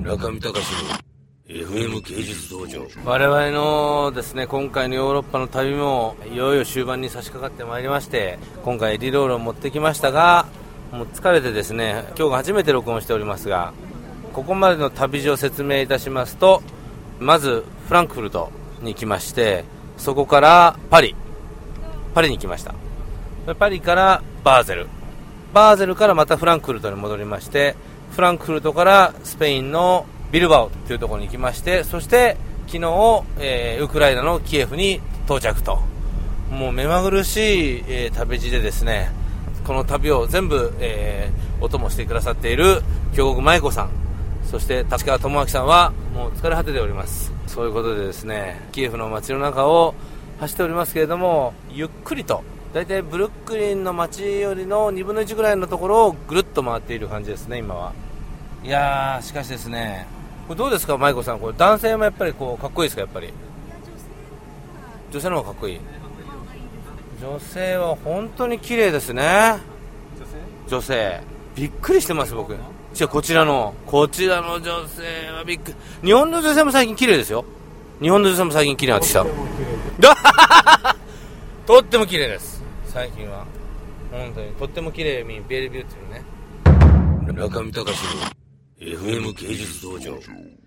中見隆の FM 芸術道場。 我々のですね、今回のヨーロッパの旅もいよいよ終盤に差し掛かってまいりまして、今回エディロールを持ってきましたが、もう疲れてですね、今日が初めて録音しておりますが、ここまでの旅路を説明いたしますと、まずフランクフルトに来まして、そこからパリに来ました。パリからバーゼルからまたフランクフルトに戻りまして、フランクフルトからスペインのビルバオというところに行きまして、そして昨日、ウクライナのキエフに到着と、もう目まぐるしい、旅路でですね、この旅を全部、お供してくださっている京極舞子さん、そして立川智明さんはもう疲れ果てております。そういうことでですね、キエフの街の中を走っておりますけれども、ゆっくりとだいたいブルックリンの街よりの2分の1ぐらいのところをぐるっと回っている感じですね、今は。いやー、しかしですね、これどうですか、舞子さん、これ男性もやっぱりこうかっこいいですか、やっぱり。女性の方がかっこいい。女性は本当に綺麗ですね。女性びっくりしてます、僕。こちらの女性はびっくり。日本の女性も最近綺麗ですよ。日本の女性も最近綺麗になってきた。とっても綺麗です、最近は。本当にとっても綺麗、ベリービューティフルね。 中見隆の FM 芸術道場。